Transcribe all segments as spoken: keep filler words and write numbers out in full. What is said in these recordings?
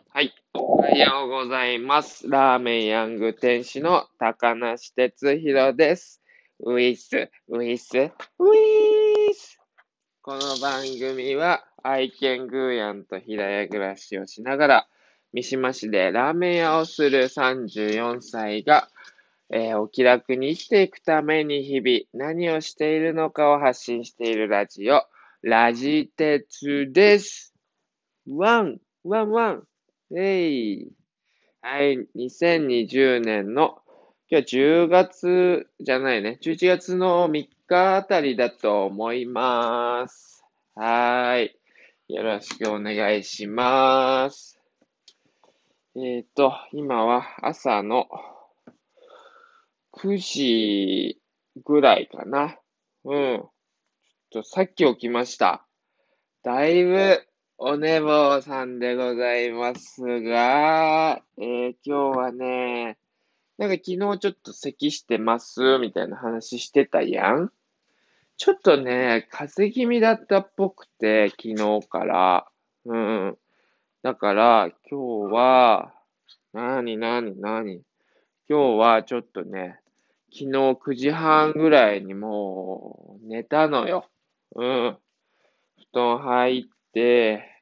はい。おはようございます。ラーメンヤング店主の高梨哲弘です。ウィス、ウィス、ウィス。この番組は愛犬グーヤンと平屋暮らしをしながら、三島市でラーメン屋をするさんじゅうよんさいが、えーお気楽に生きていくために日々何をしているのかを発信しているラジオ、ラジテツです。ワン、ワンワン。えい。はい、にせんにじゅうねんの、今日はじゅうがつじゃないね、じゅういちがつのみっかあたりだと思います。はーい。よろしくお願いします。えっと、今は朝のくじぐらいかな。うん。と、さっき起きました。だいぶお寝坊さんでございますが、えー今日はね、なんか昨日ちょっと咳してますみたいな話してたやん。ちょっとね、風邪気味だったっぽくて、昨日から。うん。だから、今日は、なになになに今日はちょっとね、昨日くじはんぐらいにもう寝たのよ。うん。布団入って、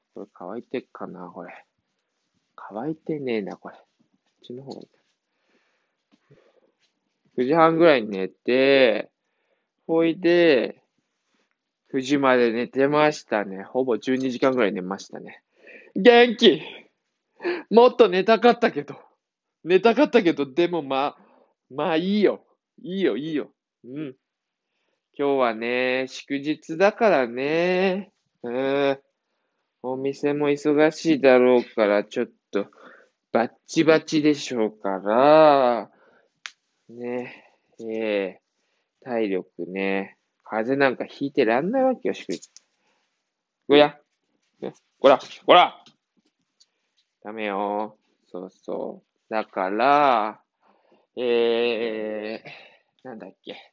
これ乾いてっかな、これ。乾いてねえな、これ。こっちの方がいい。くじはんぐらいに寝て、ほいで、くじまで寝てましたね。ほぼじゅうにじかんぐらい寝ましたね。元気もっと寝たかったけど。寝たかったけど、でもまあ、まあいいよ。いいよ、いいよ。うん。今日はね、祝日だからね。うん。お店も忙しいだろうから、ちょっと、バッチバチでしょうから、ね、ええ体力ね、風邪なんかひいてらんないわけよ、祝日。ごや、ね、こら、こらダメよ。そうそう。だから、えー、なんだっけ。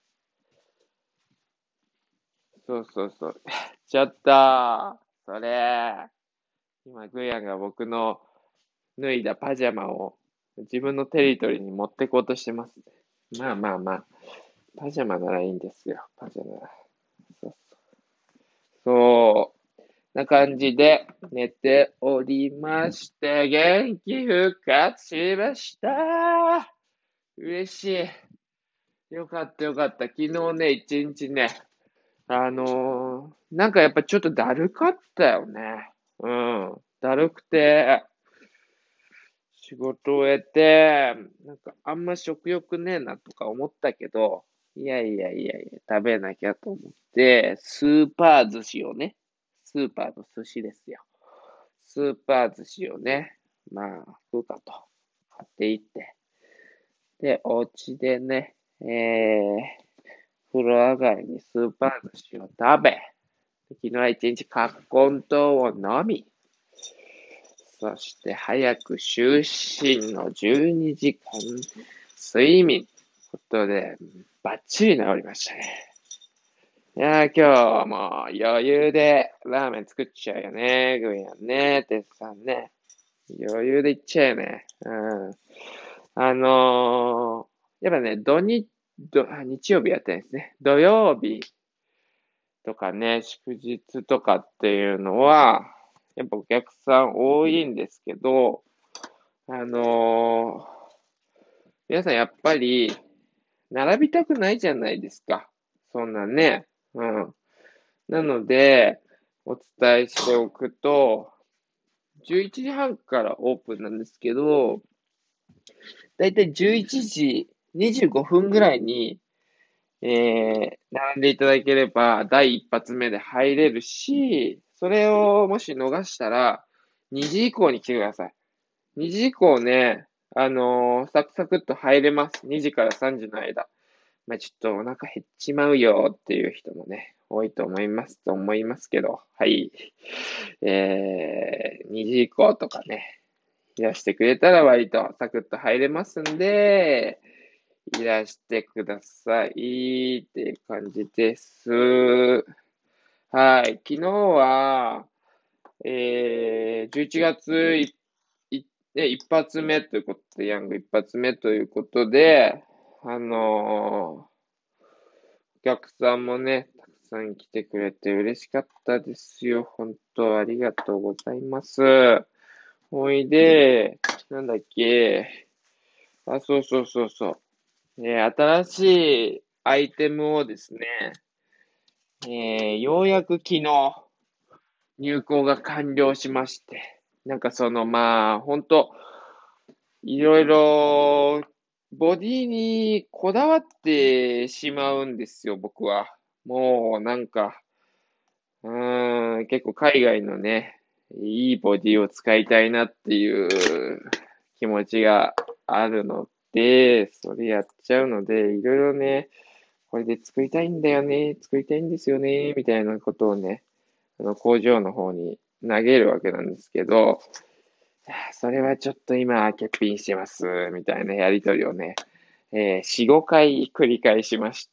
そうそうそう。ちょっと、それ、今、グヤンが僕の脱いだパジャマを自分のテリトリーに持ってこうとしてます。まあまあまあ、パジャマならいいんですよ。パジャマなら。そうそう。な感じで寝ておりまして、元気復活しました。嬉しい。よかったよかった。昨日ね、一日ね、あのーなんかやっぱちょっとだるかったよね。うん。だるくて、仕事を終えて、なんかあんま食欲ねえなとか思ったけど、いやいやいやいや、食べなきゃと思って、スーパー寿司をね、スーパーの寿司ですよ。スーパー寿司をね、まあ、食うかと。買っていって。で、お家でね、えー、風呂上がりにスーパー寿司を食べ、昨日は一日カッコン糖を飲み、そして早く就寝のじゅうにじかん睡眠。ことで、バッチリ治りましたね。いやー、今日はもう余裕でラーメン作っちゃうよね。グイヤンね。テスさんね。余裕でいっちゃうよね。うん。あのー、やっぱね、土日、ど、あ日曜日やってるんですね。土曜日とかね、祝日とかっていうのは、やっぱお客さん多いんですけど、あのー、皆さんやっぱり、並びたくないじゃないですか。そんなね。うん。なので、お伝えしておくと、じゅういちじはんからオープンなんですけど、だいたいじゅういちじにじゅうごふんぐらいに、えー、並んでいただければ、だい一発目で入れるし、それをもし逃したら、にじ以降に来てください。にじ以降ね、あのーサクサクっと入れます。にじからさんじの間。まあ、ちょっとお腹減っちまうよっていう人もね、多いと思いますと思いますけど、はい。えー、にじ以降とかね、いらしてくれたら割とサクッと入れますんで、いらしてくださいっていう感じです。はい。昨日は、えー、じゅういちがつで、一発目ということで、ヤング一発目ということで、あのーお客さんもね、たくさん来てくれて嬉しかったですよ。本当ありがとうございます。ほいで、なんだっけ。あ、そうそうそうそう。えー新しいアイテムをですね、えーようやく昨日入稿が完了しまして、なんかそのまあ、本当いろいろ、ボディにこだわってしまうんですよ、僕は。もう、なんか、うーん、結構海外のね、いいボディを使いたいなっていう気持ちがあるので、それやっちゃうので、いろいろね、これで作りたいんだよね、作りたいんですよね、みたいなことをね、あの工場の方に投げるわけなんですけど、それはちょっと今欠品してます、みたいなやりとりをね、えー、よん、ごかい繰り返しまして、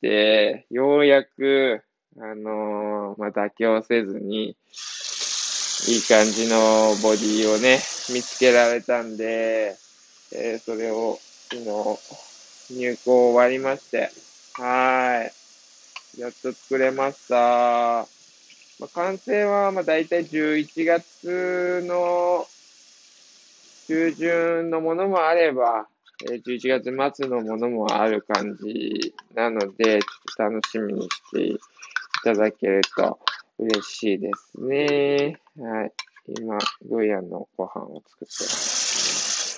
ようやく、あのーまあ、妥協せずに、いい感じのボディをね、見つけられたんで、えー、それを昨日入稿終わりまして、はーい。やっと作れました。まあ、完成はまあ大体じゅういちがつの中旬のものもあれば、えーじゅういちがつ末のものもある感じなので、ちょっと楽しみにしていただけると嬉しいですね。はい。今、グーヤンのご飯を作ってます。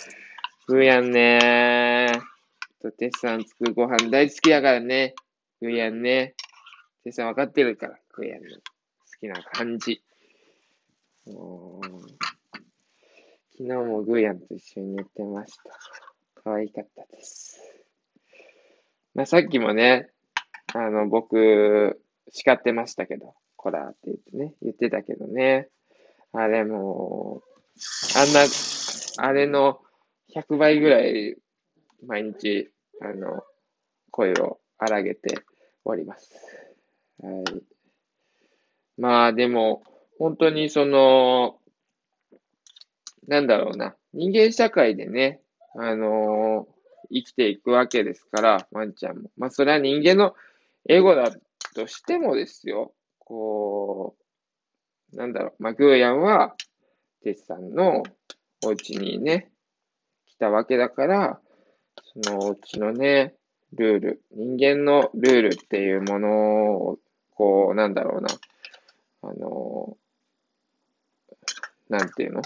グーヤンねー。テスさん作るご飯大好きだからね。グーヤンね。テスさん分かってるから、グーヤンの好きな感じ。もう昨日もグーヤンと一緒に寝てました。可愛かったです。まあ、さっきもね、あの、僕、叱ってましたけど、こらって言ってね、言ってたけどね。あれもう、あんな、あれのひゃくばいぐらい毎日、あの、声を荒げております。はい。まあでも、本当にその、なんだろうな、人間社会でね、あのー生きていくわけですから、ワンちゃんも。まあ、それは人間のエゴだとしてもですよ、こう、なんだろう、まあ、グーヤンは、テスさんのお家にね、来たわけだから、そのお家のね、ルール、人間のルールっていうものを、こう、なんだろうな、あのーなんていうの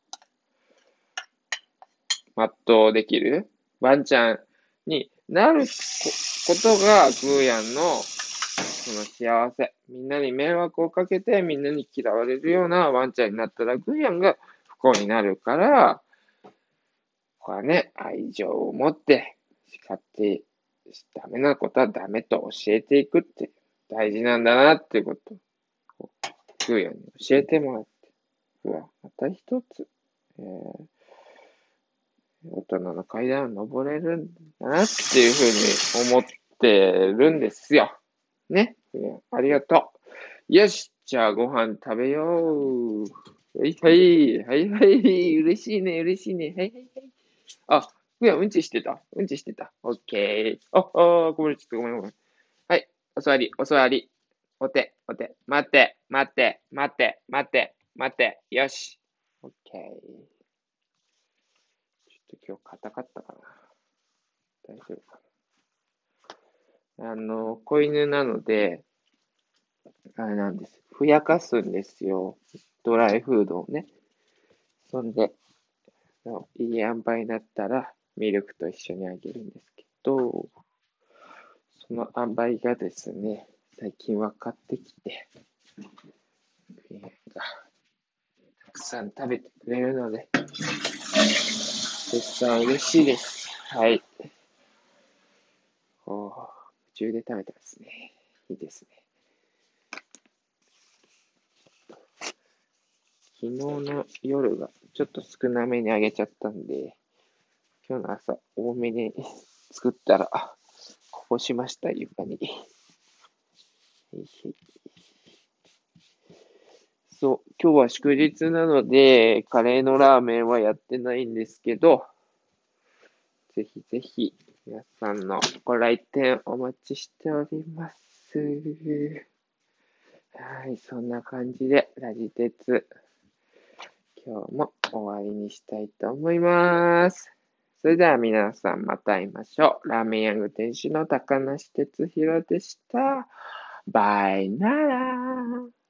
全うできるワンちゃんになることがグーヤンのその幸せ。みんなに迷惑をかけてみんなに嫌われるようなワンちゃんになったらグーヤンが不幸になるから、これはね、愛情を持って叱ってダメなことはダメと教えていくって大事なんだなっていうことをグーヤンに教えてもらって、うわ、また一つ、えー大人の階段を登れるんだなっていうふうに思ってるんですよ。ね。ありがとう。よし。じゃあご飯食べよう。はいはい。はいはい。嬉しいね。嬉しいね。はいはいはい。あ、いや、うんちしてた。うんちしてた。オッケー。あ、あごめん、ちょっとごめんごめん。はい。お座り、お座り。お手、お手。待って、待って、待って、待って、待って。よし。オッケー。ちょっと今日硬かったかな。大丈夫かな。あの、子犬なので、あれなんです。ふやかすんですよ。ドライフードをね。そんで、いい塩梅になったら、ミルクと一緒にあげるんですけど、その塩梅がですね、最近分かってきて、えーがたくさん食べてくれるので、絶賛嬉しいです。はい。おー、夢中で食べてますね。いいですね。昨日の夜がちょっと少なめにあげちゃったんで、今日の朝多めに作ったら、こぼしました、床に。 そう、今日は祝日なので、カレーのラーメンはやってないんですけど、ぜひぜひ、皆さんのご来店お待ちしております。はい、そんな感じで、ラジ鉄、今日も終わりにしたいと思います。それでは皆さんまた会いましょう。ラーメンヤング店主の高梨哲弘でした。バイなら。